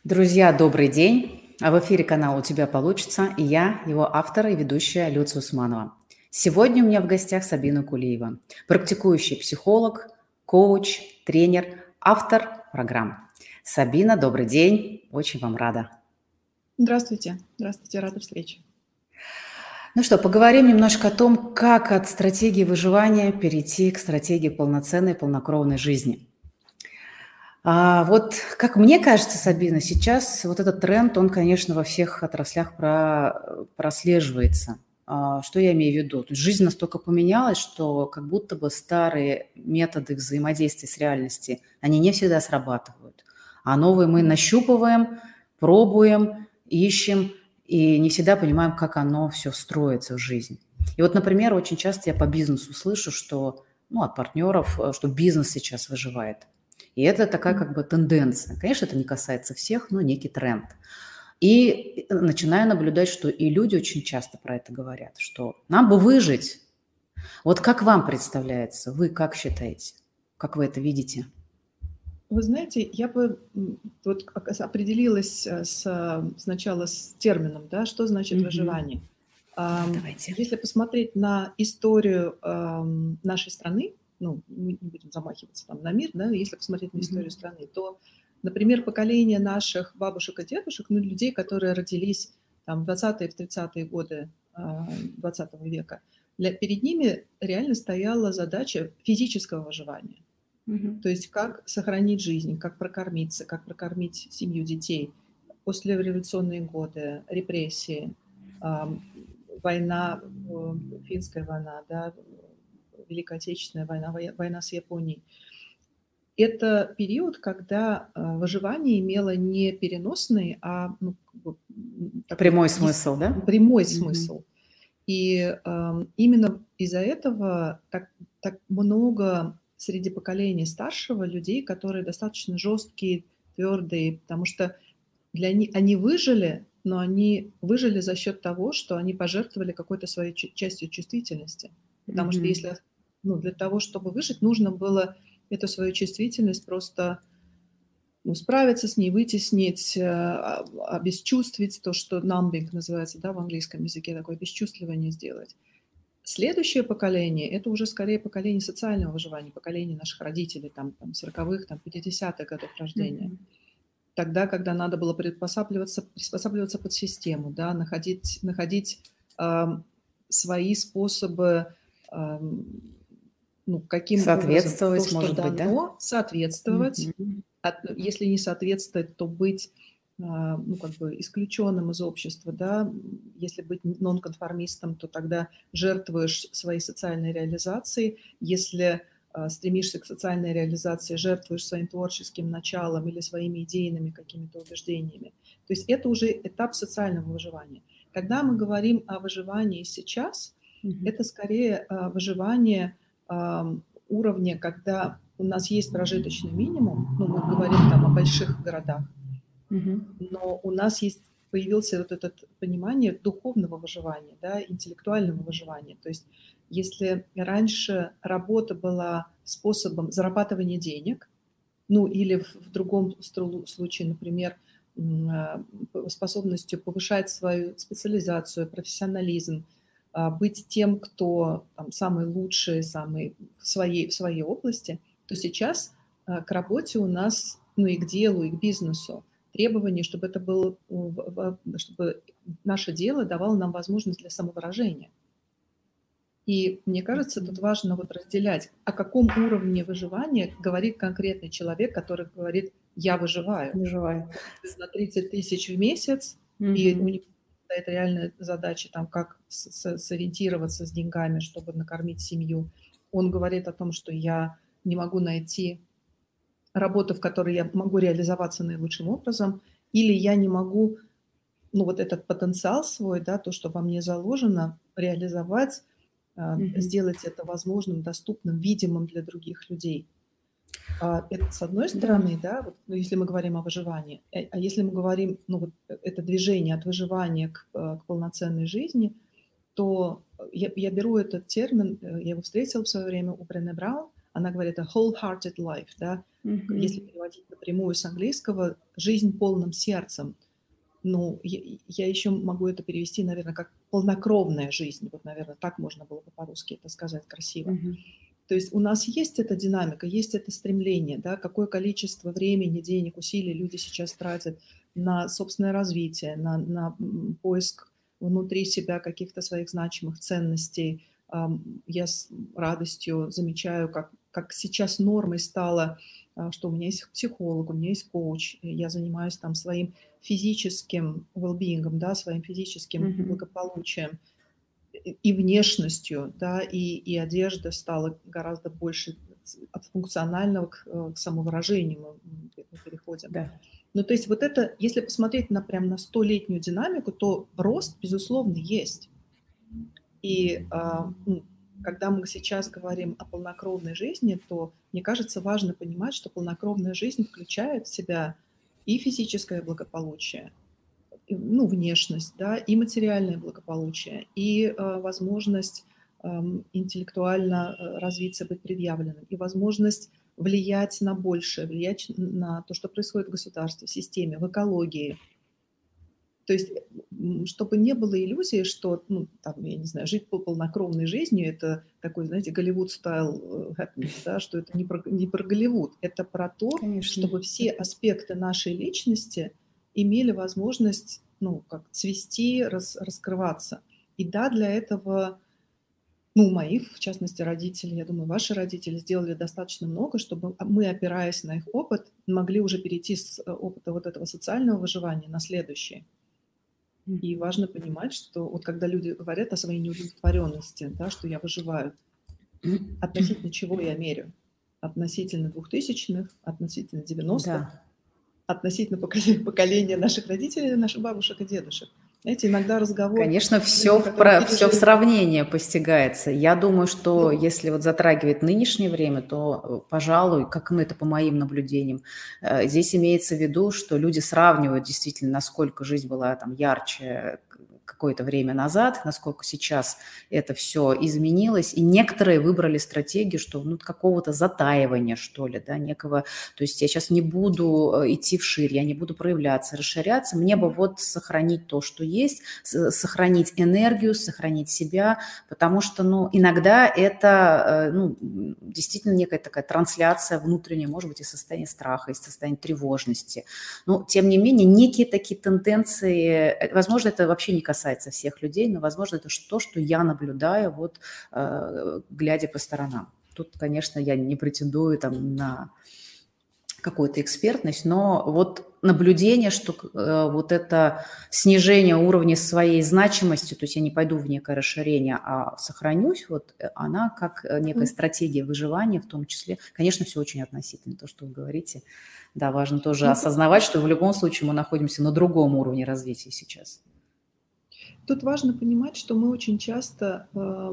Друзья, добрый день! В эфире канал «У тебя получится» и я, его автор и ведущая Люция Усманова. Сегодня у меня в гостях Сабина Кулиева, практикующий психолог, коуч, тренер, автор программ. Сабина, добрый день! Очень вам рада. Здравствуйте. Здравствуйте, рада встрече. Ну что, поговорим немножко о том, как от стратегии выживания перейти к стратегии полноценной, полнокровной жизни. Вот как мне кажется, Сабина, сейчас вот этот тренд, он, конечно, во всех отраслях прослеживается. Что я имею в виду? То есть жизнь настолько поменялась, что как будто бы старые методы взаимодействия с реальностью, они не всегда срабатывают. А новые мы нащупываем, пробуем, ищем, и не всегда понимаем, как оно все встроится в жизнь. И вот, например, очень часто я по бизнесу слышу, что, от партнеров, что бизнес сейчас выживает. И это такая как бы тенденция. Конечно, это не касается всех, но некий тренд. И начинаю наблюдать, что и люди очень часто про это говорят, что нам бы выжить. Вот как вам представляется? Вы как считаете? Как вы это видите? Вы знаете, я бы вот определилась сначала с термином, да, что значит выживание. Давайте. Если посмотреть на историю нашей страны, мы не будем замахиваться там на мир, да, если посмотреть на историю страны, то, например, поколение наших бабушек и дедушек, людей, которые родились там, в 20-е, в 30-е годы 20 века, перед ними реально стояла задача физического выживания. То есть как сохранить жизнь, как прокормиться, как прокормить семью, детей. Послереволюционные годы, репрессии, война, финская война, да, Великая Отечественная война, война с Японией. Это период, когда выживание имело не переносный, а такой Прямой смысл, да? прямой смысл. И именно из-за этого так много среди поколения старшего людей, которые достаточно жесткие, твердые, потому что они выжили, но они выжили за счет того, что они пожертвовали какой-то своей частью чувствительности. Потому что если, для того, чтобы выжить, нужно было эту свою чувствительность просто справиться с ней, вытеснить, обесчувствить, то, что numbing называется, да, в английском языке, такое обесчувствливание сделать. Следующее поколение – это уже скорее поколение социального выживания, поколение наших родителей, там 40-х, 50-х годов рождения. Тогда, когда надо было приспосабливаться под систему, да, находить свои способы, каким образом то, что может быть, да? дано, соответствовать. Если не соответствовать, то быть исключенным из общества, да, если быть нонконформистом, то тогда жертвуешь своей социальной реализацией, если стремишься к социальной реализации, жертвуешь своим творческим началом или своими идейными какими-то убеждениями. То есть это уже этап социального выживания. Когда мы говорим о выживании сейчас, это скорее выживание уровня, когда у нас есть прожиточный минимум, мы говорим там о больших городах, но у нас появился вот это понимание духовного выживания, да, интеллектуального выживания. То есть если раньше работа была способом зарабатывания денег, или в другом случае, например, способностью повышать свою специализацию, профессионализм, быть тем, кто самый лучший, самый в своей области, то сейчас к работе у нас, и к делу, и к бизнесу требование, чтобы это было, чтобы наше дело давало нам возможность для самовыражения. И мне кажется, тут важно разделять, о каком уровне выживания говорит конкретный человек, который говорит: «Я выживаю». На 30 тысяч в месяц, и у него стоит реальная задача, как сориентироваться с деньгами, чтобы накормить семью. Он говорит о том, что я не могу найти работу, в которой я могу реализоваться наилучшим образом, или я не могу, этот потенциал свой, да, то, что во мне заложено, реализовать, сделать это возможным, доступным, видимым для других людей. Это с одной стороны, да, если мы говорим о выживании. А если мы говорим, это движение от выживания к полноценной жизни, то я беру этот термин, я его встретила в свое время у Брене Браун, она говорит о wholehearted life, да, Если Мгм. переводить напрямую с английского, жизнь полным сердцем. Ну, я еще могу это перевести, наверное, как полнокровная жизнь. Вот, наверное, так можно было бы по-русски это сказать красиво. Мгм. То есть у нас есть эта динамика, есть это стремление, да, какое количество времени, денег, усилий люди сейчас тратят на собственное развитие, на поиск внутри себя каких-то своих значимых ценностей. Я с радостью замечаю, как сейчас нормой стало, что у меня есть психолог, у меня есть коуч, и я занимаюсь там своим физическим well-being, да, своим физическим Мгм. благополучием и внешностью, да, и одежда стала гораздо больше от функционального к самовыражению мы переходим. Да. Ну, то есть вот это, если посмотреть на прям на 100-летнюю динамику, то рост, безусловно, есть. И когда мы сейчас говорим о полнокровной жизни, то, мне кажется, важно понимать, что полнокровная жизнь включает в себя и физическое благополучие, ну, внешность, да, и материальное благополучие, и возможность интеллектуально развиться, быть предъявленным, и возможность влиять на большее, влиять на то, что происходит в государстве, в системе, в экологии. То есть, чтобы не было иллюзии, что, ну, там, я не знаю, жить полнокровной жизнью — это такой, знаете, Голливуд-стайл happiness, да, что это не про Голливуд, это про то, Конечно. чтобы все аспекты нашей личности имели возможность, ну, как цвести, раскрываться. И да, для этого, ну, мои, в частности, родители, я думаю, ваши родители сделали достаточно много, чтобы мы, опираясь на их опыт, могли уже перейти с опыта вот этого социального выживания на следующий. И Мгм. важно понимать, что вот когда люди говорят о своей неудовлетворенности, да, что я выживаю, относительно чего я мерю? Относительно двухтысячных, относительно 90-х, Да. относительно поколения наших родителей, наших бабушек и дедушек. Знаете, иногда разговор Конечно, с все людьми, которые все в пережили... сравнение постигается. Я думаю, что Ну, если вот затрагивать нынешнее время, то, пожалуй, как это по моим наблюдениям, здесь имеется в виду, что люди сравнивают действительно, насколько жизнь была там ярче какое-то время назад, насколько сейчас это все изменилось, и некоторые выбрали стратегию, что ну, какого-то затаивания, что ли, да, некого, то есть я сейчас не буду идти вширь, я не буду проявляться, расширяться, мне бы вот сохранить то, что есть, сохранить энергию, сохранить себя, потому что, ну, иногда это, ну, действительно некая такая трансляция внутренняя, может быть, из состояния страха, из состояния тревожности. Но, тем не менее, некие такие тенденции, возможно, это вообще не касается всех людей, но, возможно, это то, что я наблюдаю, вот, глядя по сторонам. Тут, конечно, я не претендую там на какую-то экспертность, но вот наблюдение, что вот это снижение уровня своей значимости, то есть я не пойду в некое расширение, а сохранюсь, вот она как некая мгм. стратегия выживания в том числе. Конечно, все очень относительно, то, что вы говорите. Да, важно тоже Ну, осознавать, что в любом случае мы находимся на другом уровне развития сейчас. тут важно понимать, что мы очень часто,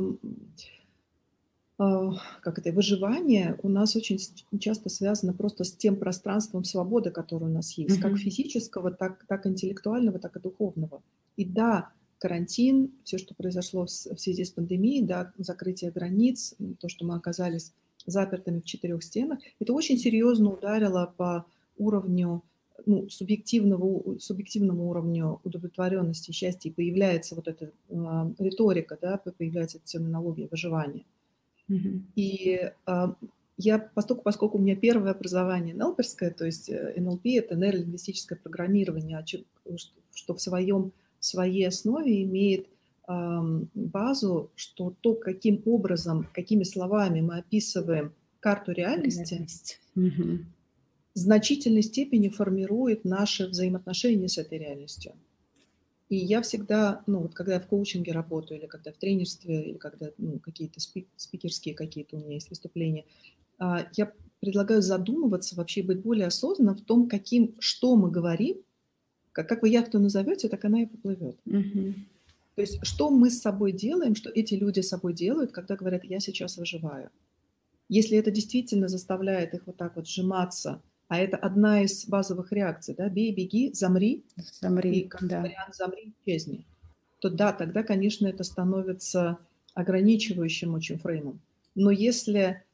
как это, выживание у нас очень часто связано просто с тем пространством свободы, которое у нас есть, как Мгм. физического, так интеллектуального, так и духовного. И да, карантин, все, что произошло в связи с пандемией, да, закрытие границ, то, что мы оказались запертыми в четырех стенах, это очень серьезно ударило по уровню, ну, субъективному уровню удовлетворенности, счастья, и появляется вот эта риторика, да, появляется эта терминология выживания. Мгм. И, я, поскольку у меня первое образование НЛПерское, то есть, НЛП — это нейролингвистическое программирование, что в своей основе имеет, базу, что то, каким образом, какими словами мы описываем карту реальности, Реальность. Мгм. в значительной степени формирует наши взаимоотношения с этой реальностью. И я всегда, ну, вот когда я в коучинге работаю или когда в тренерстве, или когда, ну, какие-то спикерские какие-то у меня есть выступления, я предлагаю задумываться, вообще быть более осознанным в том, что мы говорим, как вы яхту назовете, так она и поплывет. Мгм. То есть что мы с собой делаем, что эти люди с собой делают, когда говорят: "Я сейчас выживаю". Если это действительно заставляет их вот так вот сжиматься, а это одна из базовых реакций, да: бей, беги, замри, Замри, и как да. вариант замри, исчезни, то да, тогда, конечно, это становится ограничивающим очень фреймом. Но если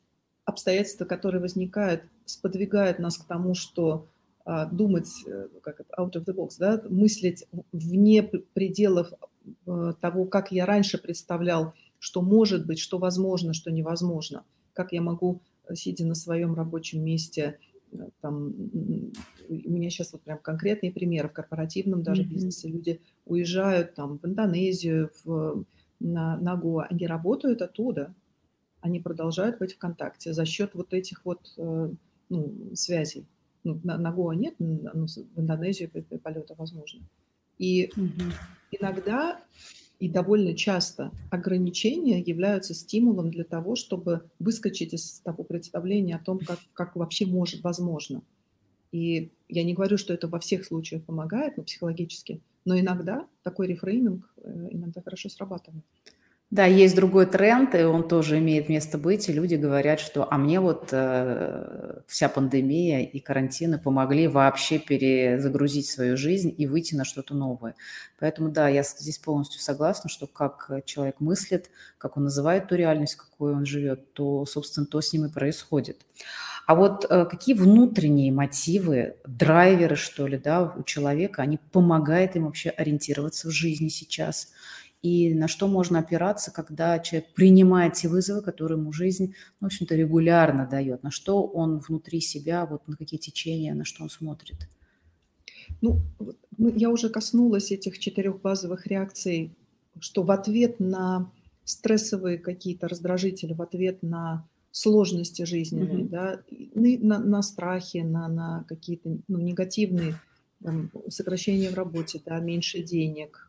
обстоятельства, которые возникают, сподвигают нас к тому, что думать, как это, out of the box, да, мыслить вне пределов того, как я раньше представлял, что может быть, что возможно, что невозможно, как я могу, сидя на своем рабочем месте, там, у меня сейчас вот прям конкретные примеры в корпоративном даже Мгм. бизнесе. Люди уезжают там в Индонезию, на Гоа, они работают оттуда, они продолжают быть в контакте за счет вот этих вот связей. Ну, на Гоа нет, в Индонезию полета возможно. И Мгм. иногда и довольно часто ограничения являются стимулом для того, чтобы выскочить из того представления о том, как вообще может возможно. И я не говорю, что это во всех случаях помогает, но психологически, но иногда такой рефрейминг иногда хорошо срабатывает. Да, есть другой тренд, и он тоже имеет место быть. И люди говорят, что «а мне вот вся пандемия и карантины помогли вообще перезагрузить свою жизнь и выйти на что-то новое». Поэтому да, я здесь полностью согласна, что как человек мыслит, как он называет ту реальность, в какой он живет, то, собственно, то с ним и происходит. А вот какие внутренние мотивы, драйверы, что ли, да, у человека, они помогают им вообще ориентироваться в жизни сейчас? И на что можно опираться, когда человек принимает те вызовы, которые ему жизнь, ну, в общем-то, регулярно дает? На что он внутри себя, вот на какие течения, на что он смотрит? Ну, вот, я уже коснулась этих 4 базовых реакций, что в ответ на стрессовые какие-то раздражители, в ответ на сложности жизненные, Мгм. да, и на страхи, на какие-то, негативные, там, сокращение в работе, да, меньше денег,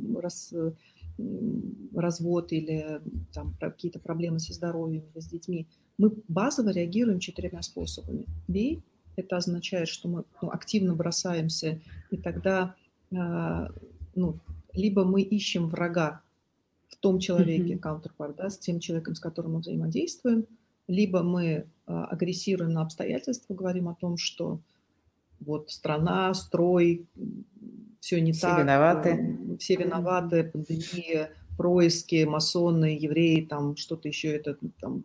развод или там какие-то проблемы со здоровьем или с детьми. Мы базово реагируем 4 способами. Бей — это означает, что мы, активно бросаемся, и тогда, а, ну, либо мы ищем врага в том человеке, Мгм. counterpart, да, с тем человеком, с которым мы взаимодействуем, либо мы агрессируем на обстоятельства, говорим о том, что вот страна, строй, все не Все так, виноваты. все Мгм. виноваты, пандемия, происки, масоны, евреи, там что-то еще, это там,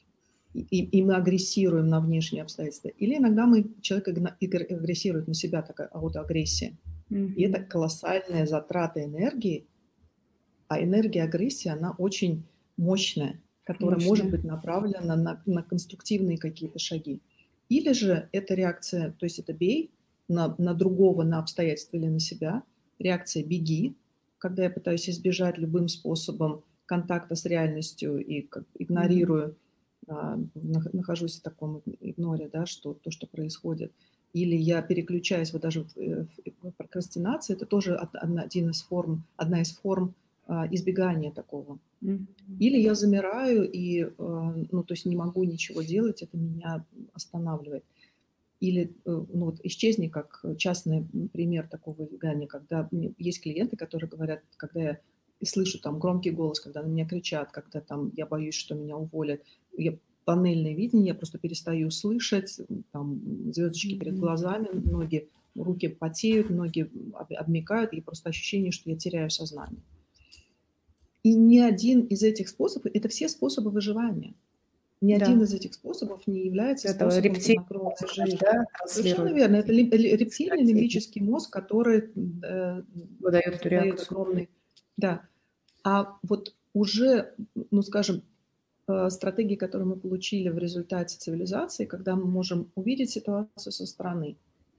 и мы агрессируем на внешние обстоятельства. Или иногда человек агрессирует на себя, такая аутоагрессия. И это Мгм. колоссальная затрата энергии, а энергия агрессии, она очень мощная, которая может Мощная. быть направлена на конструктивные какие-то шаги. Или же это реакция, то есть это бей на другого, на обстоятельства или на себя. Реакция беги, когда я пытаюсь избежать любым способом контакта с реальностью и Мгм. игнорирую, нахожусь в таком игноре, да, что то, что происходит. Или я переключаюсь, вот даже в прокрастинации, это тоже одна из форм избегания такого. Мгм. Или я замираю и, то есть не могу ничего делать, это меня останавливает. Или, вот исчезни, как частный пример такого избегания, когда есть клиенты, которые говорят, когда я слышу там громкий голос, когда на меня кричат, когда там я боюсь, что меня уволят, я панельное видение, я просто перестаю слышать, там звездочки перед Мгм. глазами, ноги, руки потеют, ноги обмякают, и просто ощущение, что я теряю сознание. И ни один из этих способов — это все способы выживания. Ни один Да. из этих способов не является Это способом рептильный хладнокровной мозг наш, жизни. да, Совершенно транслирует верно. Это эти рептильный стратегии, лимбический мозг, который, выдает эту задает реакцию. огромный. Да. А вот уже, скажем, стратегии, которые мы получили в результате цивилизации, когда мы можем увидеть ситуацию со стороны,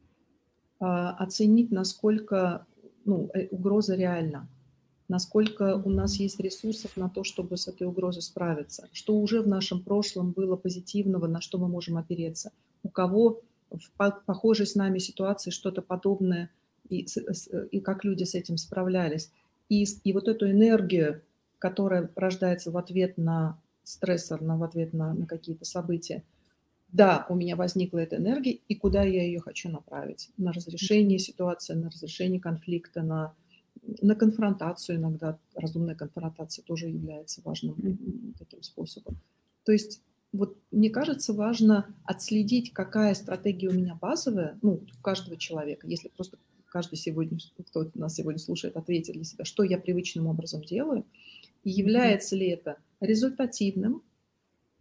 оценить, насколько, угроза реальна, насколько у нас Мгм. есть ресурсов на то, чтобы с этой угрозой справиться, что уже в нашем прошлом было позитивного, на что мы можем опереться, у кого в похожей с нами ситуации что-то подобное, и как люди с этим справлялись. И вот эту энергию, которая рождается в ответ на стрессор, в ответ на какие-то события, да, у меня возникла эта энергия, и куда я ее хочу направить? На разрешение ситуации, на разрешение конфликта, на конфронтацию иногда. Разумная конфронтация тоже является важным Мгм. таким способом. То есть вот мне кажется, важно отследить, какая стратегия у меня базовая, у каждого человека. Если просто каждый сегодня, кто нас сегодня слушает, ответит для себя, что я привычным образом делаю, и Мгм. является ли это результативным,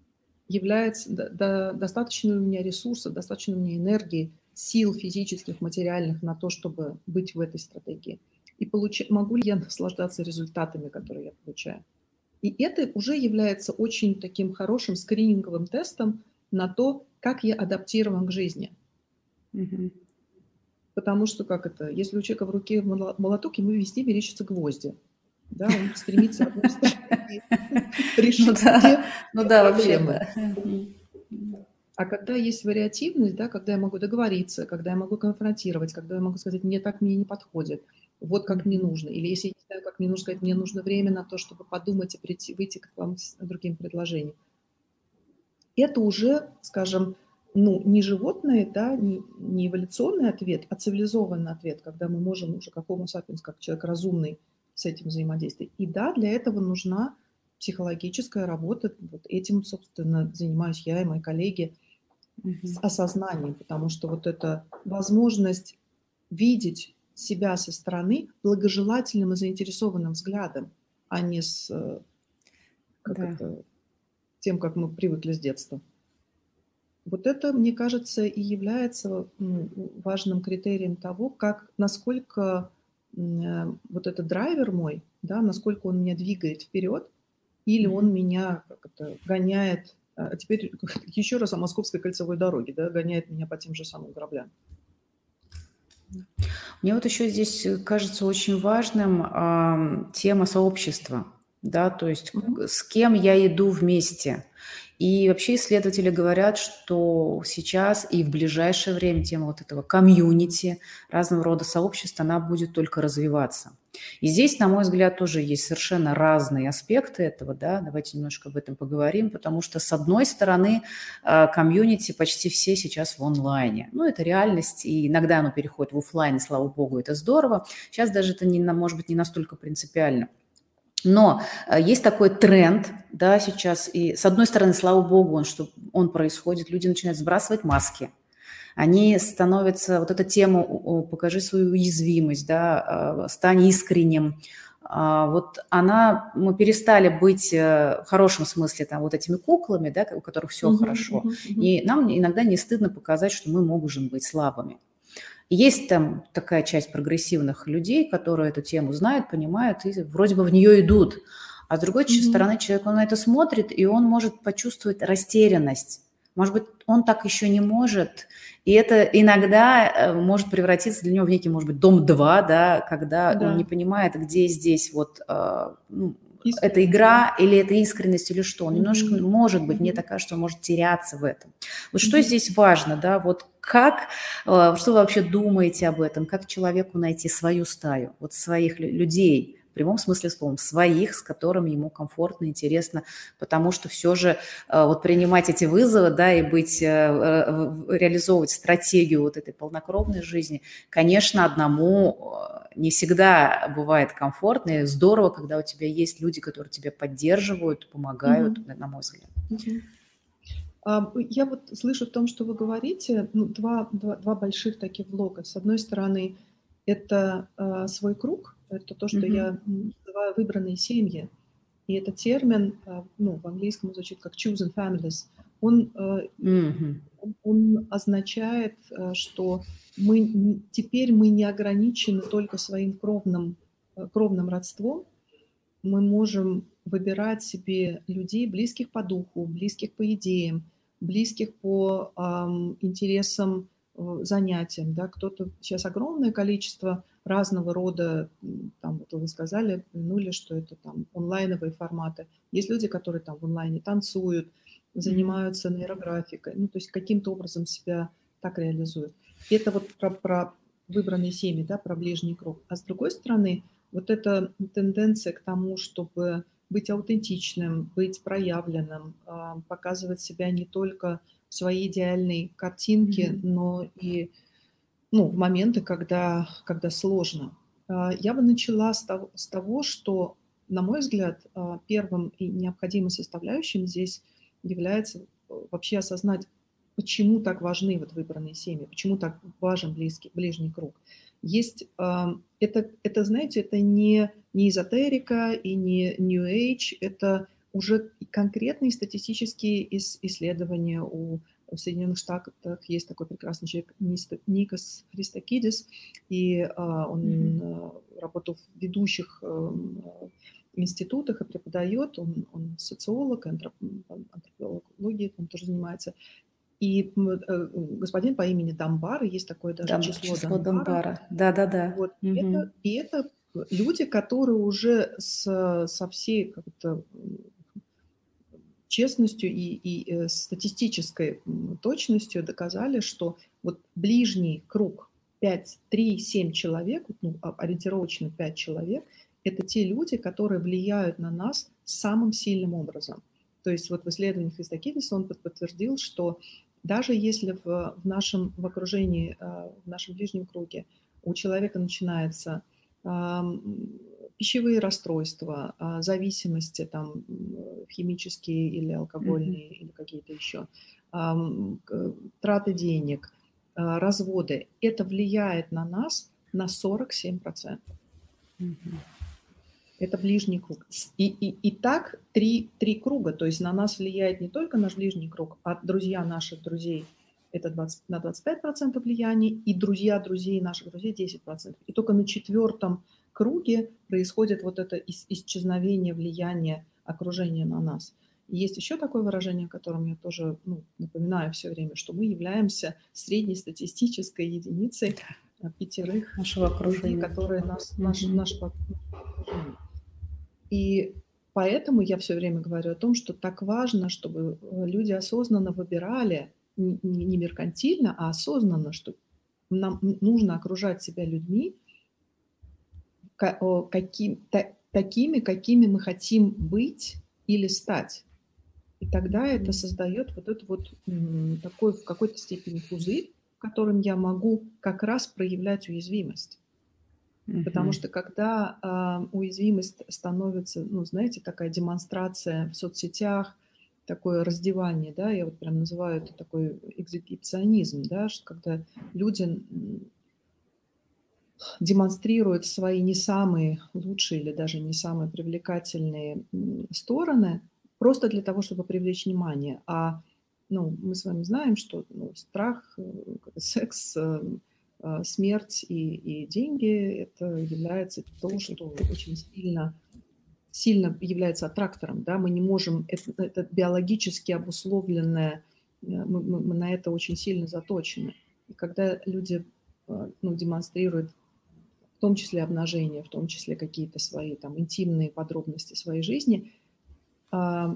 является, достаточно ли у меня ресурсов, достаточно ли у меня энергии, сил физических, материальных на то, чтобы быть в этой стратегии. И могу ли я наслаждаться результатами, которые я получаю. И это уже является очень таким хорошим скрининговым тестом на то, как я адаптирован к жизни. Мгм. Потому что как это, если у человека в руке молоток, ему везде мерещатся гвозди. Да, он стремится одной стратегией Ну решить да, ну все да, вообще, проблемы. да. Мгм. А когда есть вариативность, да, когда я могу договориться, когда я могу конфронтировать, когда я могу сказать: "Мне так мне не подходит, вот как мне Мгм. нужно". Или если я не знаю, как мне нужно сказать: "Мне нужно время на то, чтобы подумать и выйти к вам с другим предложением". Это уже, скажем, ну, не животный, да, не эволюционный ответ, а цивилизованный ответ, когда мы можем уже как Homo sapiens, как человек разумный, с этим взаимодействовать. И да, для этого нужна психологическая работа. Вот этим, собственно, занимаюсь я и мои коллеги с Мгм. осознанием, потому что вот эта возможность видеть себя со стороны благожелательным и заинтересованным взглядом, а не с, как Да. это, тем, как мы привыкли с детства. Вот это, мне кажется, и является, важным критерием того, насколько, вот этот драйвер мой, да, насколько он меня двигает вперед, или он Мгм. меня, как это, гоняет, а теперь еще раз о Московской кольцевой дороге, да, гоняет меня по тем же самым граблям. Мне вот еще здесь кажется очень важным тема сообщества, да, то есть Мгм. с кем я иду вместе. И вообще исследователи говорят, что сейчас и в ближайшее время тема вот этого комьюнити, разного рода сообществ, она будет только развиваться. И здесь, на мой взгляд, тоже есть совершенно разные аспекты этого, да, давайте немножко об этом поговорим, потому что, с одной стороны, комьюнити почти все сейчас в онлайне. Ну, это реальность, и иногда оно переходит в офлайн, и, слава богу, это здорово. Сейчас даже это, может быть, не настолько принципиально. Но есть такой тренд, да, сейчас, и с одной стороны, слава богу, что он происходит, люди начинают сбрасывать маски, они становятся, вот эта тема «покажи свою уязвимость», да, «стань искренним», вот мы перестали быть в хорошем смысле там вот этими куклами, да, у которых все Мгм, хорошо, мгм, мгм. и нам иногда не стыдно показать, что мы можем быть слабыми. Есть там такая часть прогрессивных людей, которые эту тему знают, понимают и вроде бы в нее идут. А с другой Мгм. стороны, человек он на это смотрит, и он может почувствовать растерянность. Может быть, он так еще не может. И это иногда может превратиться для него в некий, может быть, дом-2, да, когда он не Да, понимает, где здесь вот это искренность, да. игра или это искренность или что. Он немножко, Мгм, может быть, мне мгм, так кажется, он может теряться в этом. Вот что мгм. здесь важно, да, вот что вы вообще думаете об этом? Как человеку найти свою стаю, вот своих людей, в прямом смысле слова, своих, с которыми ему комфортно, интересно, потому что все же вот принимать эти вызовы, да, и реализовывать стратегию вот этой полнокровной жизни, конечно, одному не всегда бывает комфортно, и здорово, когда у тебя есть люди, которые тебя поддерживают, помогают, Мгм, на мой взгляд. мгм. Я вот слышу в том, что вы говорите, ну, два больших таких блока. С одной стороны, это, свой круг, это то, что Мгм. я, называю выбранные семьи. И этот термин, ну, в английском он звучит как chosen families. Он, Мгм. он означает, что теперь мы не ограничены только своим кровным родством. Мы можем выбирать себе людей, близких по духу, близких по идеям, близких по интересам, занятиям. Да. Кто-то сейчас огромное количество разного рода, там, вот вы сказали, упомянули, что это там онлайновые форматы. Есть люди, которые там в онлайне танцуют, Мгм. занимаются нейрографикой, ну, то есть каким-то образом себя так реализуют. Это вот про выбранные семьи, да, про ближний круг. А с другой стороны, вот эта тенденция к тому, чтобы быть аутентичным, быть проявленным, показывать себя не только в своей идеальной картинке, Мгм. но и, ну, в моменты, когда сложно. Я бы начала с того, что, на мой взгляд, первым и необходимой составляющим здесь является вообще осознать, почему так важны вот выбранные семьи, почему так важен ближний круг. Есть, это, знаете, это не эзотерика и не New Age, это уже конкретные статистические исследования в Соединенных Штатах есть такой прекрасный человек Никос Христокидис, и он работал в ведущих институтах и преподает, он социолог, антропологией он тоже занимается. И господин по имени Дамбар, есть такое даже число Дамбара. Да. Вот, и это люди, которые уже со всей как-то честностью и статистической точностью доказали, что вот ближний круг 5, 3, 7 человек, ориентировочно 5 человек, это те люди, которые влияют на нас самым сильным образом. То есть вот в исследованиях Христокидиса он подтвердил, что даже если в нашем окружении, в нашем ближнем круге у человека начинается пищевые расстройства, зависимости там, химические или алкогольные, или какие-то еще, траты денег, разводы, это влияет на нас на 47%. Это ближний круг. И так три круга, то есть на нас влияет не только наш ближний круг, а друзья наших друзей это на 25% влияния, и друзья друзей наших друзей 10%. И только на 4-м круге происходит вот это исчезновение влияния окружения на нас. И есть еще такое выражение, о котором я тоже напоминаю все время, что мы являемся среднестатистической единицей 5 нашего окружения, которые нашего окружения. И поэтому я все время говорю о том, что так важно, чтобы люди осознанно выбирали, не меркантильно, а осознанно, что нам нужно окружать себя людьми, такими, какими мы хотим быть или стать. И тогда это создает вот это вот такой в какой-то степени пузырь, в котором я могу как раз проявлять уязвимость. Потому что когда уязвимость становится, знаете, такая демонстрация в соцсетях, такое раздевание, да, я вот прям называю это такой экзибиционизм, да, что когда люди демонстрируют свои не самые лучшие или даже не самые привлекательные стороны просто для того, чтобы привлечь внимание. Мы с вами знаем, что страх, секс, смерть и деньги – это является то, что очень сильно является аттрактором. Да? Мы не можем, это биологически обусловленное, мы на это очень сильно заточены. И когда люди демонстрируют в том числе обнажение, в том числе какие-то свои там интимные подробности своей жизни, я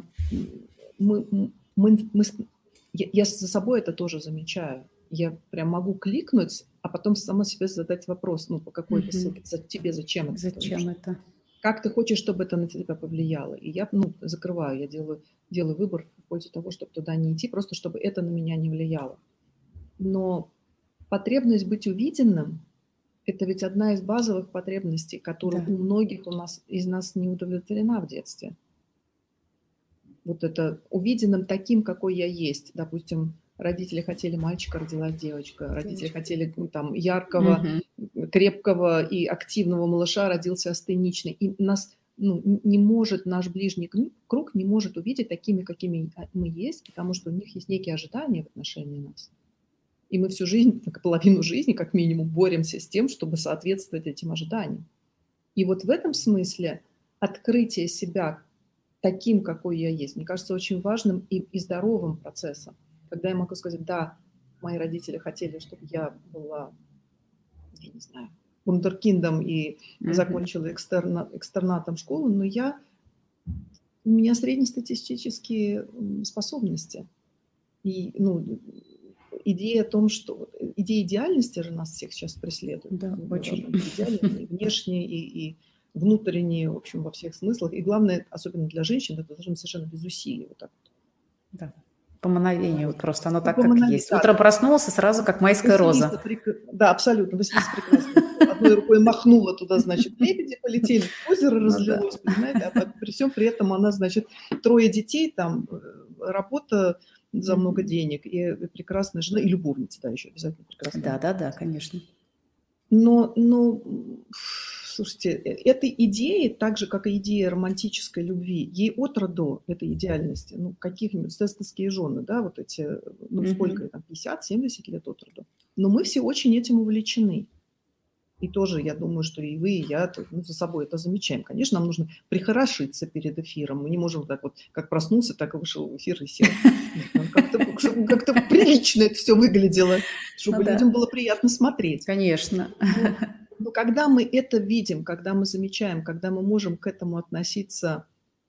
за собой это тоже замечаю. Я прям могу кликнуть, а потом сама себе задать вопрос, по какой-то ссылке, тебе зачем это? Зачем это? Как ты хочешь, чтобы это на тебя повлияло? И я закрываю, я делаю выбор в пользу того, чтобы туда не идти, просто чтобы это на меня не влияло. Но потребность быть увиденным – это ведь одна из базовых потребностей, которая у многих из нас не удовлетворена в детстве. Вот это увиденным таким, какой я есть. Допустим, родители хотели мальчика, родилась девочка. Родители хотели яркого, крепкого и активного малыша, родился астеничный. И нас не может, наш ближний круг не может увидеть такими, какими мы есть, потому что у них есть некие ожидания в отношении нас. И мы всю жизнь, половину жизни, как минимум, боремся с тем, чтобы соответствовать этим ожиданиям. И вот в этом смысле открытие себя таким, какой я есть, мне кажется, очень важным и здоровым процессом. Когда я могу сказать, да, мои родители хотели, чтобы я была, я не знаю, вундеркиндом и закончила экстернатом школу, но у меня среднестатистические способности. И, идея о том, что идея идеальности же нас всех сейчас преследует. Да, очень. Идеальные, и внешние, и внутренние, в общем, во всех смыслах. И главное, особенно для женщин, это должно быть совершенно без усилий. Вот так вот. Да. По мановению просто, оно так, как есть. Утром проснулся, сразу как майская роза. Да, абсолютно. Василиса прекрасно. Одной рукой махнула туда, значит, лебеди полетели, озеро разлилось, понимаете? А при всем при этом она, значит, 3 детей, там, работа за много денег, и прекрасная жена, и любовница, да, еще обязательно прекрасная. Да, конечно. Но Слушайте, этой идеи, так же, как и идея романтической любви, ей от роду, этой идеальности, ну, каких-нибудь эстетские жены, да, вот эти, ну, сколько там, 50-70 лет от роду. Но мы все очень этим увлечены. И тоже, я думаю, что и вы, и я ну, за собой это замечаем. Конечно, нам нужно прихорошиться перед эфиром. Мы не можем так вот, как проснулся, так и вышел в эфир и сел. Чтобы как-то прилично это все выглядело, чтобы Ну людям да, было приятно смотреть. конечно. Но когда мы это видим, когда мы замечаем, когда мы можем к этому относиться,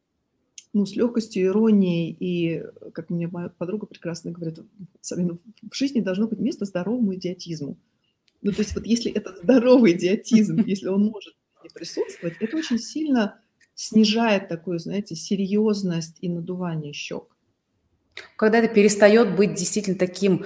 ну, с легкостью, иронией, и, как мне моя подруга прекрасно говорит, Сабина, в жизни должно быть место здоровому идиотизму. Ну, то есть вот если этот здоровый идиотизм, если он может не присутствовать, это очень сильно снижает такую, знаете, серьезность и надувание щек. Когда это перестает быть действительно таким,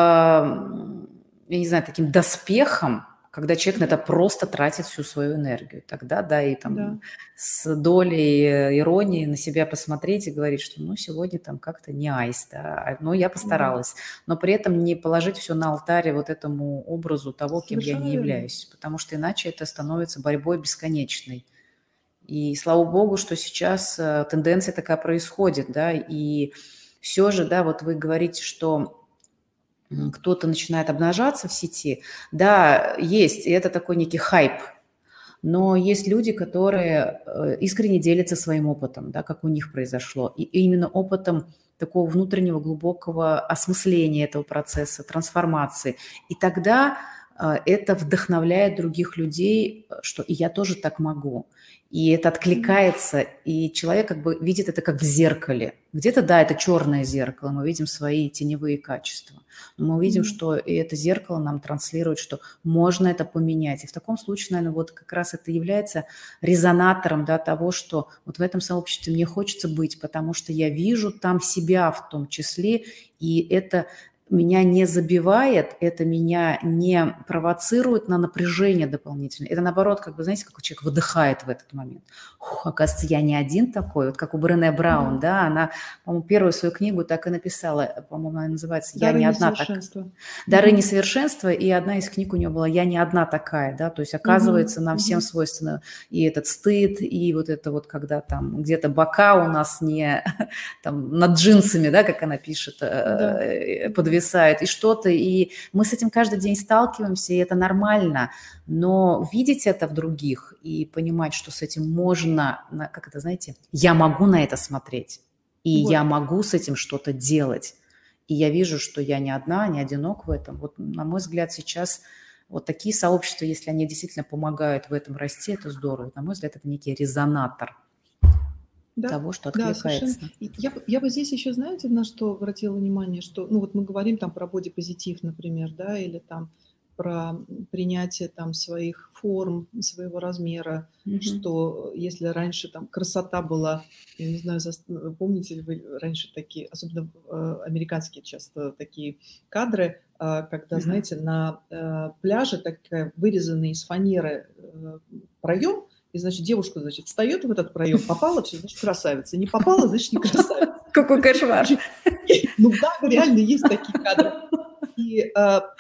я не знаю, таким доспехом, когда человек на это просто тратит всю свою энергию. Тогда, да, и там Да. с долей иронии на себя посмотреть и говорить, что ну сегодня там как-то не айс, да, но я постаралась. Но при этом не положить все на алтарь вот этому образу того, кем я Совершенно не верно. являюсь, потому что иначе это становится борьбой бесконечной. И слава богу, что сейчас тенденция такая происходит, да, и все же, да, вот вы говорите, что кто-то начинает обнажаться в сети, да, есть, и это такой некий хайп, но есть люди, которые искренне делятся своим опытом, да, как у них произошло, и именно опытом такого внутреннего глубокого осмысления этого процесса, трансформации. И тогда это вдохновляет других людей, что и я тоже так могу. И это откликается, и человек как бы видит это как в зеркале. Где-то, да, это черное зеркало, мы видим свои теневые качества. Но мы увидим, что и это зеркало нам транслирует, что можно это поменять. И в таком случае, наверное, вот как раз это является резонатором, да, того, что вот в этом сообществе мне хочется быть, потому что я вижу там себя в том числе, и это меня не забивает, это меня не провоцирует на напряжение дополнительное. Это наоборот, как бы, знаете, как человек выдыхает в этот момент. Оказывается, я не один такой. Вот как у Брене Браун, да, она, по-моему, первую свою книгу так и написала, по-моему, она называется «Я Дары не одна так». несовершенства. «Дары несовершенства», и одна из книг у нее была «Я не одна такая», да, то есть оказывается нам всем свойственно и этот стыд, и вот это вот, когда там где-то бока у нас не там над джинсами, да, как она пишет, подвисает, и что-то, и мы с этим каждый день сталкиваемся, и это нормально, но видеть это в других и понимать, что с этим можно, как это, знаете, я могу на это смотреть, и я могу с этим что-то делать. И я вижу, что я не одна, не одинок в этом. Вот, на мой взгляд, сейчас вот такие сообщества, если они действительно помогают в этом расти, это здорово. На мой взгляд, это некий резонатор того, что откликается. Да, совершенно. Я бы здесь еще, знаете, на что обратила внимание, что, ну вот мы говорим там про бодипозитив, например, да, или там про принятие там своих форм, своего размера, что если раньше там красота была, я не знаю, помните ли вы раньше такие, особенно американские часто такие кадры, когда, знаете, на пляже такая вырезанный из фанеры проем, и, значит, девушка, значит, встает в этот проем, попала, все, значит, красавица. Не попала, значит, не красавица. Какой кошмар. Ну да, реально есть такие кадры. И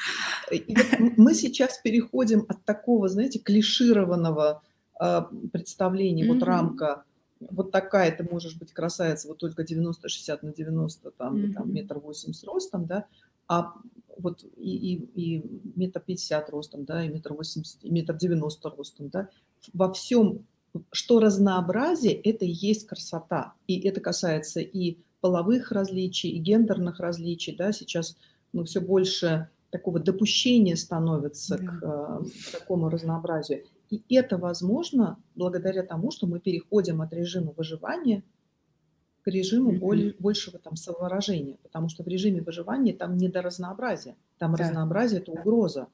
вот мы сейчас переходим от такого, знаете, клишированного представления, вот рамка, вот такая ты можешь быть красавица, вот только 90-60 на 90, там, и там 1,80 м ростом, да, а вот и 1,50 м ростом, да, и 1,80 м, и 1,90 м ростом, да, во всем, что разнообразие, это и есть красота. И это касается и половых различий, и гендерных различий, да, сейчас, ну, все больше такого допущения становится к такому разнообразию. И это возможно благодаря тому, что мы переходим от режима выживания к режиму большего там самовыражения, потому что в режиме выживания там не до разнообразия, там разнообразие – это угроза.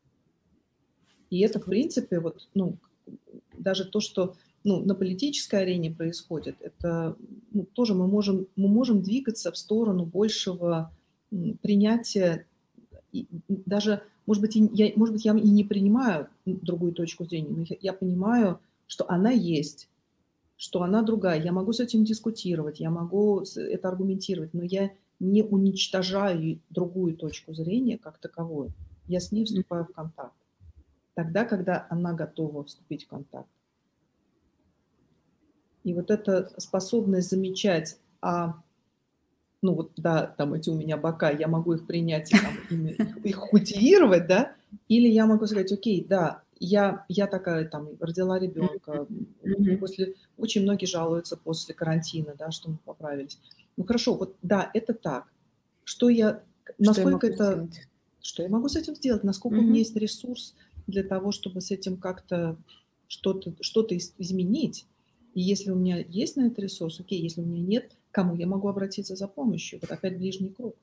И это, в принципе, вот, ну, даже то, что на политической арене происходит, это тоже мы можем двигаться в сторону большего принятия. И даже, может быть, я и не принимаю другую точку зрения, но я понимаю, что она есть, что она другая. Я могу с этим дискутировать, я могу это аргументировать, но я не уничтожаю другую точку зрения как таковую. Я с ней вступаю в контакт. тогда, когда она готова вступить в контакт. И вот эта способность замечать, ну вот, да, там эти у меня бока, я могу их принять и там их культивировать, да, или я могу сказать: окей, да, я такая там родила ребенка, Мгм. после очень многие жалуются после карантина, да, что мы поправились. Ну хорошо, вот да, это так. Что я, Что я насколько могу это, сделать? что я могу с этим сделать? Насколько у меня Мгм. есть ресурс для того, чтобы с этим как-то что-то изменить? И если у меня есть на это ресурс, окей, если у меня нет, к кому я могу обратиться за помощью? Вот опять ближний круг.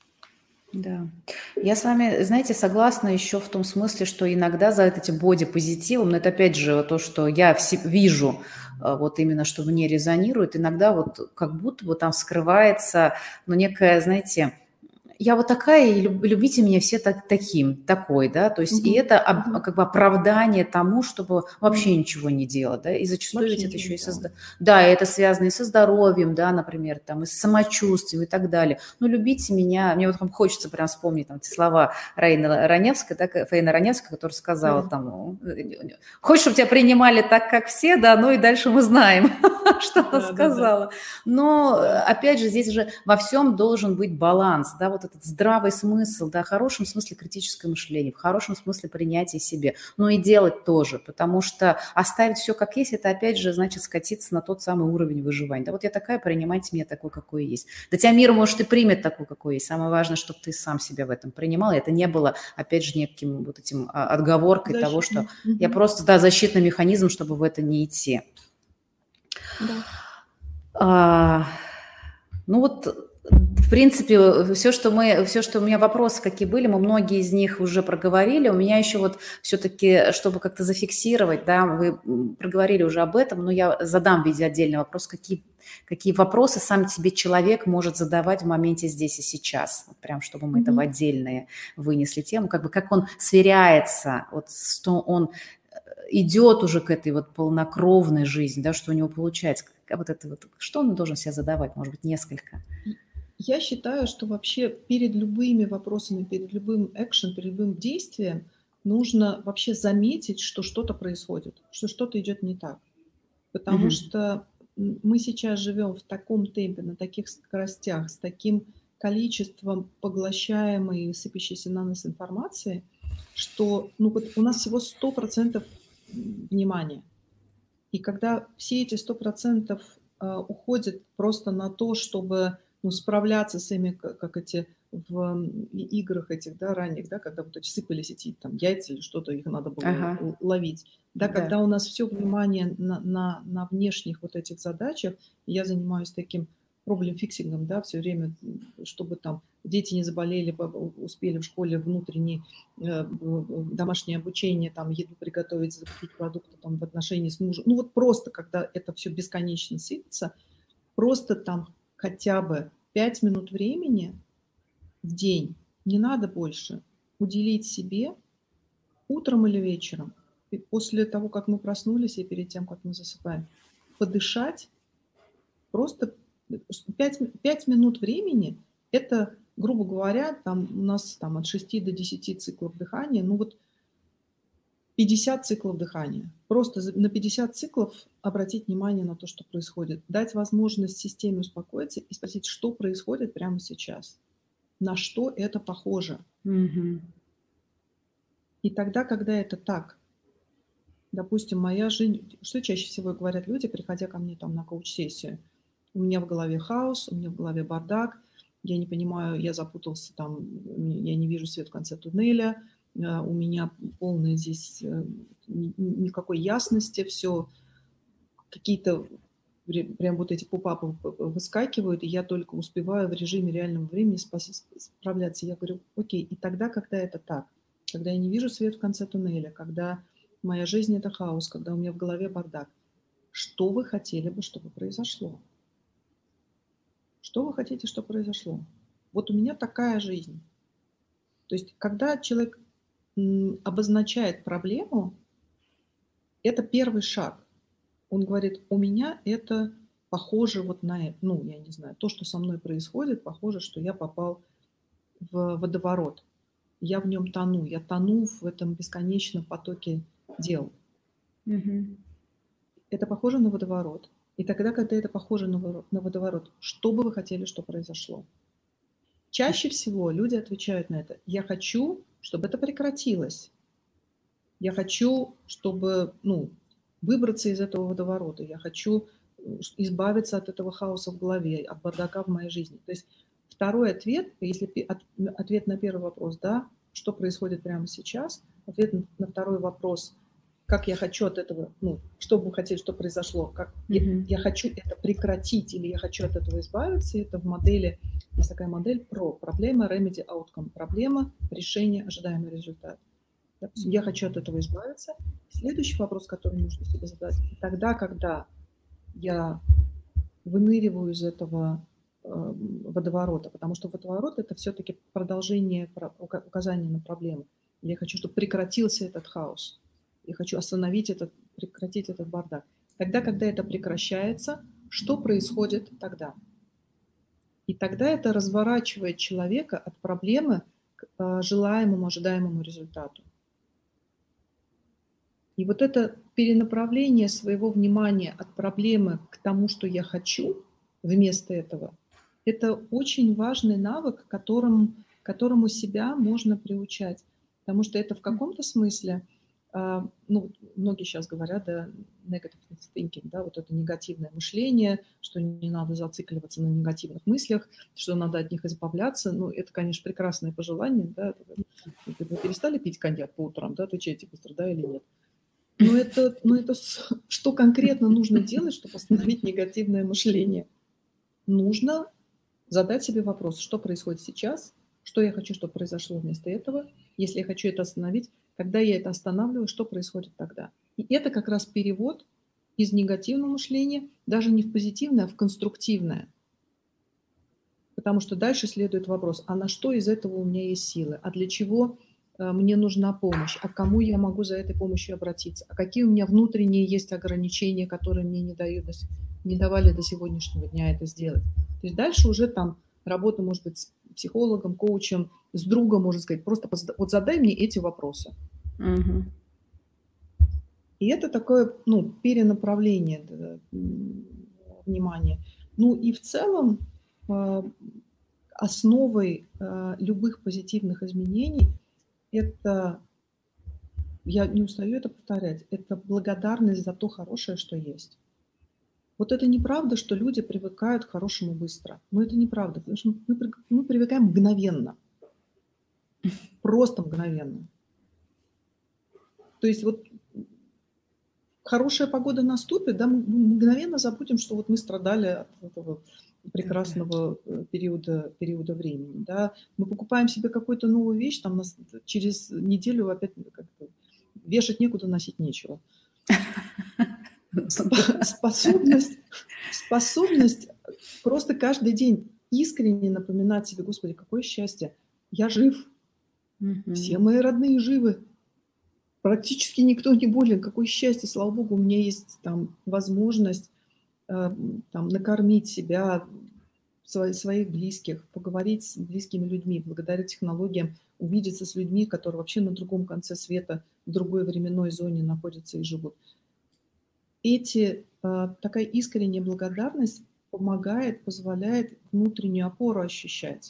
Да. Я с вами, знаете, согласна еще в том смысле, что иногда за вот этим бодипозитивом, но это опять же то, что я вижу, вот именно что мне резонирует, иногда вот как будто бы там скрывается, ну, некая, знаете, я вот такая, и любите меня все такой, да, то есть и Мгм. это Мгм. как бы оправдание тому, чтобы вообще М. ничего не делать, да, и зачастую Вообще ведь это ничего еще не и делала. да, и это связано и со здоровьем, да, например, там, и с самочувствием и так далее. Ну, любите меня, мне вот хочется прям вспомнить там эти слова Раины Раневской, да, Фаины Раневской, которая сказала Да. там, хочешь, чтобы тебя принимали так, как все, да, ну и дальше мы знаем, что она Да-да-да. сказала. Но, Да. опять же, здесь же во всем должен быть баланс, да, вот этот здравый смысл, да, в хорошем смысле критическое мышление, в хорошем смысле принятие себе, но и делать тоже, потому что оставить все как есть, это опять же значит скатиться на тот самый уровень выживания. Да вот я такая, принимайте меня такой, какой есть. Да тебя мир, может, и примет такой, какой есть. Самое важное, чтобы ты сам себя в этом принимал. И это не было, опять же, неким вот этим отговоркой того, что Защитным. я Мгм. просто, да, защитный механизм, чтобы в это не идти. Да. А, ну вот, в принципе, все, что у меня вопросы какие были, мы многие из них уже проговорили. У меня еще вот все-таки, чтобы как-то зафиксировать, да, вы проговорили уже об этом, но я задам в виде отдельный вопрос, какие вопросы сам себе человек может задавать в моменте здесь и сейчас, вот прям чтобы мы это в Мгм. отдельные вынесли тему, как бы как он сверяется, вот что он идет уже к этой вот полнокровной жизни, да, что у него получается, вот это вот, что он должен себе задавать, может быть, несколько. И я считаю, что вообще перед любыми вопросами, перед любым экшен, перед любым действием нужно вообще заметить, что что-то происходит, что что-то идет не так. Потому Мгм. что, мы сейчас живем в таком темпе, на таких скоростях, с таким количеством поглощаемой и сыпящейся на нас информации, что, ну, вот у нас всего 100% внимания. И когда все эти 100% уходят просто на то, чтобы, ну, справляться с ими, как эти в, играх этих, да, ранних, да, когда вот эти сыпались эти там яйца или что-то, их надо было Ага, ловить. Да, да. когда у нас все внимание на внешних вот этих задачах, я занимаюсь таким проблем-фиксингом, да, все время, чтобы там дети не заболели, успели в школе внутренний домашнее обучение, там, еду приготовить, закупить продукты там, в отношении с мужем. Ну вот просто, когда это все бесконечно сыпется, просто там хотя бы 5 минут времени в день, не надо больше, уделить себе утром или вечером, и после того, как мы проснулись и перед тем, как мы засыпаем, подышать просто 5 минут времени. Это, грубо говоря, там у нас там от 6 до 10 циклов дыхания. Ну вот 50 циклов дыхания. Просто на 50 циклов обратить внимание на то, что происходит. Дать возможность системе успокоиться и спросить, что происходит прямо сейчас. На что это похоже. Мгм. И тогда, когда это так, допустим, моя жизнь, что чаще всего говорят люди, приходя ко мне там на коуч-сессию? У меня в голове хаос, у меня в голове бардак, я не понимаю, я запутался там, я не вижу свет в конце туннеля, у меня полная здесь никакой ясности, все какие-то прям вот эти попапы выскакивают, и я только успеваю в режиме реального времени справляться. Я говорю, окей, и тогда, когда это так, когда я не вижу свет в конце туннеля, когда моя жизнь – это хаос, когда у меня в голове бардак, что вы хотели бы, чтобы произошло? Что вы хотите, чтобы произошло? Вот у меня такая жизнь. То есть, когда человек обозначает проблему, это первый шаг. Он говорит: "У меня это похоже вот на ну, я не знаю, то, что со мной происходит, похоже, что я попал в водоворот". я в нем тону, я тону в этом бесконечном потоке дел. Мгм. Это похоже на водоворот. И тогда, когда это похоже на водоворот, что бы вы хотели, что произошло? Чаще всего люди отвечают на это: я хочу, чтобы это прекратилось. Я хочу, чтобы, ну, выбраться из этого водоворота. Я хочу избавиться от этого хаоса в голове, от бардака в моей жизни. То есть второй ответ, если ответ на первый вопрос, да, что происходит прямо сейчас, ответ на второй вопрос, как я хочу от этого, ну, что бы вы хотели, что произошло, как Мгм. я хочу это прекратить или я хочу от этого избавиться, это в модели, есть такая модель проблема, remedy, outcome, проблема, решение, ожидаемый результат. Допустим, я хочу от этого избавиться. Следующий вопрос, который нужно себе задать, тогда, когда я выныриваю из этого водоворота, потому что водоворот – это все-таки продолжение указания на проблему. Я хочу, чтобы прекратился этот хаос. Я хочу остановить этот, прекратить этот бардак. Тогда, когда это прекращается, что происходит тогда? И тогда это разворачивает человека от проблемы к желаемому, ожидаемому результату. И вот это перенаправление своего внимания от проблемы к тому, что я хочу, вместо этого, это очень важный навык, которому себя можно приучать. Потому что это в каком-то смысле, ну, многие сейчас говорят, да, negative thinking, да, вот это негативное мышление, что не надо зацикливаться на негативных мыслях, что надо от них избавляться. Ну, это, конечно, прекрасное пожелание, да. Вы перестали пить коньяк по утрам, да, отвечайте быстро, да или нет. Но это что конкретно нужно делать, чтобы остановить негативное мышление? Нужно задать себе вопрос, что происходит сейчас, что я хочу, чтобы произошло вместо этого. Если я хочу это остановить, когда я это останавливаю, что происходит тогда? И это как раз перевод из негативного мышления даже не в позитивное, а в конструктивное. Потому что дальше следует вопрос, а на что из этого у меня есть силы? А для чего мне нужна помощь? А к кому я могу за этой помощью обратиться? А какие у меня внутренние есть ограничения, которые мне не давали до сегодняшнего дня это сделать? То есть дальше уже там работа может быть с психологом, коучем, с другом, можно сказать, просто вот задай мне эти вопросы. Мгм. И это такое, ну, перенаправление внимания. Ну и в целом основой любых позитивных изменений это, я не устаю это повторять, это благодарность за то хорошее, что есть. Вот это неправда, что люди привыкают к хорошему быстро. Но это неправда, потому что мы привыкаем мгновенно, просто мгновенно. То есть вот хорошая погода наступит, да, мы мгновенно забудем, что вот мы страдали от этого Да-да. прекрасного периода времени. Да. Мы покупаем себе какую-то новую вещь, там нас через неделю опять как-то вешать некуда, носить нечего. Способность, способность просто каждый день искренне напоминать себе, Господи, какое счастье, я жив, все Мгм. мои родные живы, практически никто не болен, какое счастье, слава Богу, у меня есть там возможность там, накормить себя, своих близких, поговорить с близкими людьми, благодаря технологиям увидеться с людьми, которые вообще на другом конце света, в другой временной зоне находятся и живут. Такая искренняя благодарность помогает, позволяет внутреннюю опору ощущать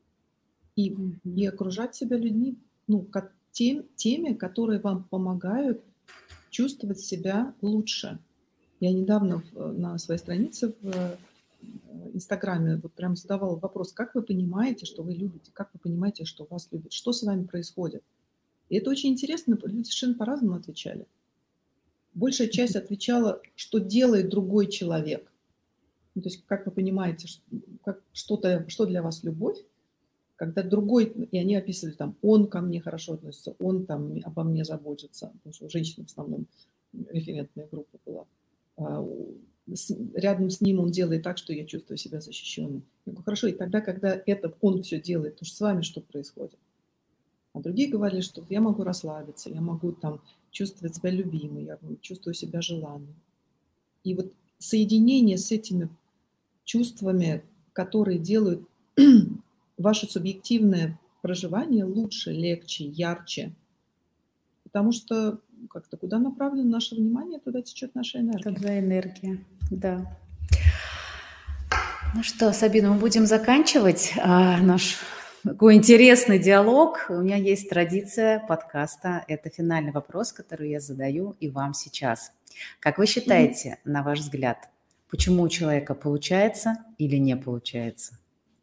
и Мгм. окружать себя людьми, ну, теми, которые вам помогают чувствовать себя лучше. Я недавно на своей странице в Инстаграме вот прям задавала вопрос: как вы понимаете, что вы любите? Как вы понимаете, что вас любят? Что с вами происходит? И это очень интересно, люди совершенно по-разному отвечали. Большая часть отвечала, что делает другой человек. Ну, то есть как вы понимаете, что для вас любовь, когда другой, и они описывали там, он ко мне хорошо относится, он там обо мне заботится, потому что у женщин в основном референтная группа была. Рядом с ним он делает так, что я чувствую себя защищенной. Я говорю, хорошо, и тогда, когда этот он все делает, то с вами что происходит? А другие говорили, что я могу расслабиться, я могу там чувствовать себя любимой, я чувствую себя желанной. И вот соединение с этими чувствами, которые делают ваше субъективное проживание лучше, легче, ярче. Потому что как-то куда направлено наше внимание, туда течет наша энергия. Туда энергия, да. Ну что, Сабина, мы будем заканчивать наш такой интересный диалог. У меня есть традиция подкаста. Это финальный вопрос, который я задаю и вам сейчас. Как вы считаете, на ваш взгляд, почему у человека получается или не получается?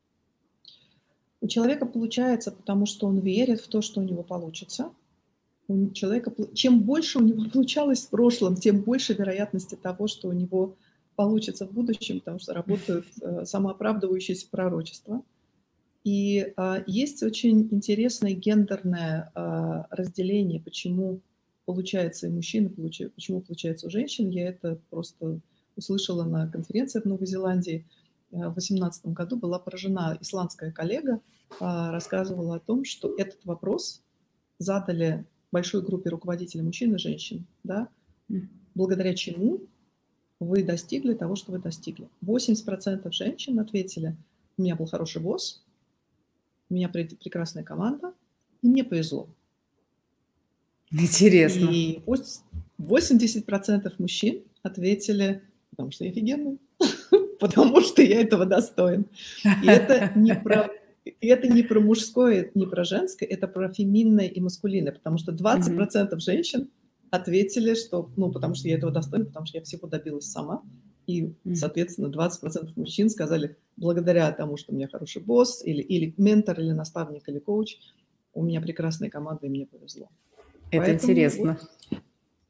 У человека получается, потому что он верит в то, что у него получится. У человека, чем больше у него получалось в прошлом, тем больше вероятности того, что у него получится в будущем, потому что работают самооправдывающиеся пророчества. И есть очень интересное гендерное разделение, почему получается и мужчины, почему получается у женщин. Я это просто услышала на конференции в Новой Зеландии. В 2018 году была поражена исландская коллега, рассказывала о том, что этот вопрос задали большой группе руководителей мужчин и женщин, да, благодаря чему вы достигли того, что вы достигли. 80% женщин ответили: у меня был хороший босс, у меня прекрасная команда, и мне повезло. Интересно. И 80% мужчин ответили: потому что я офигенный, потому что я этого достоин. И это не про мужское, не про женское, это про феминное и маскулинное, потому что 20% женщин ответили, что, потому что я этого достоин, потому что я всего добилась сама. И, соответственно, 20% мужчин сказали: благодаря тому, что у меня хороший босс, или ментор, или наставник, или коуч, у меня прекрасная команда, и мне повезло. Это поэтому интересно. Вот.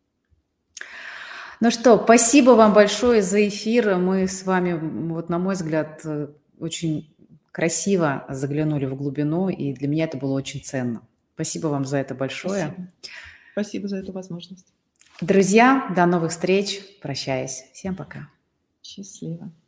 Ну что, спасибо вам большое за эфир. Мы с вами, вот на мой взгляд, очень красиво заглянули в глубину, и для меня это было очень ценно. Спасибо вам за это большое. Спасибо за эту возможность. Друзья, до новых встреч. Прощаюсь. Всем пока. Счастливо.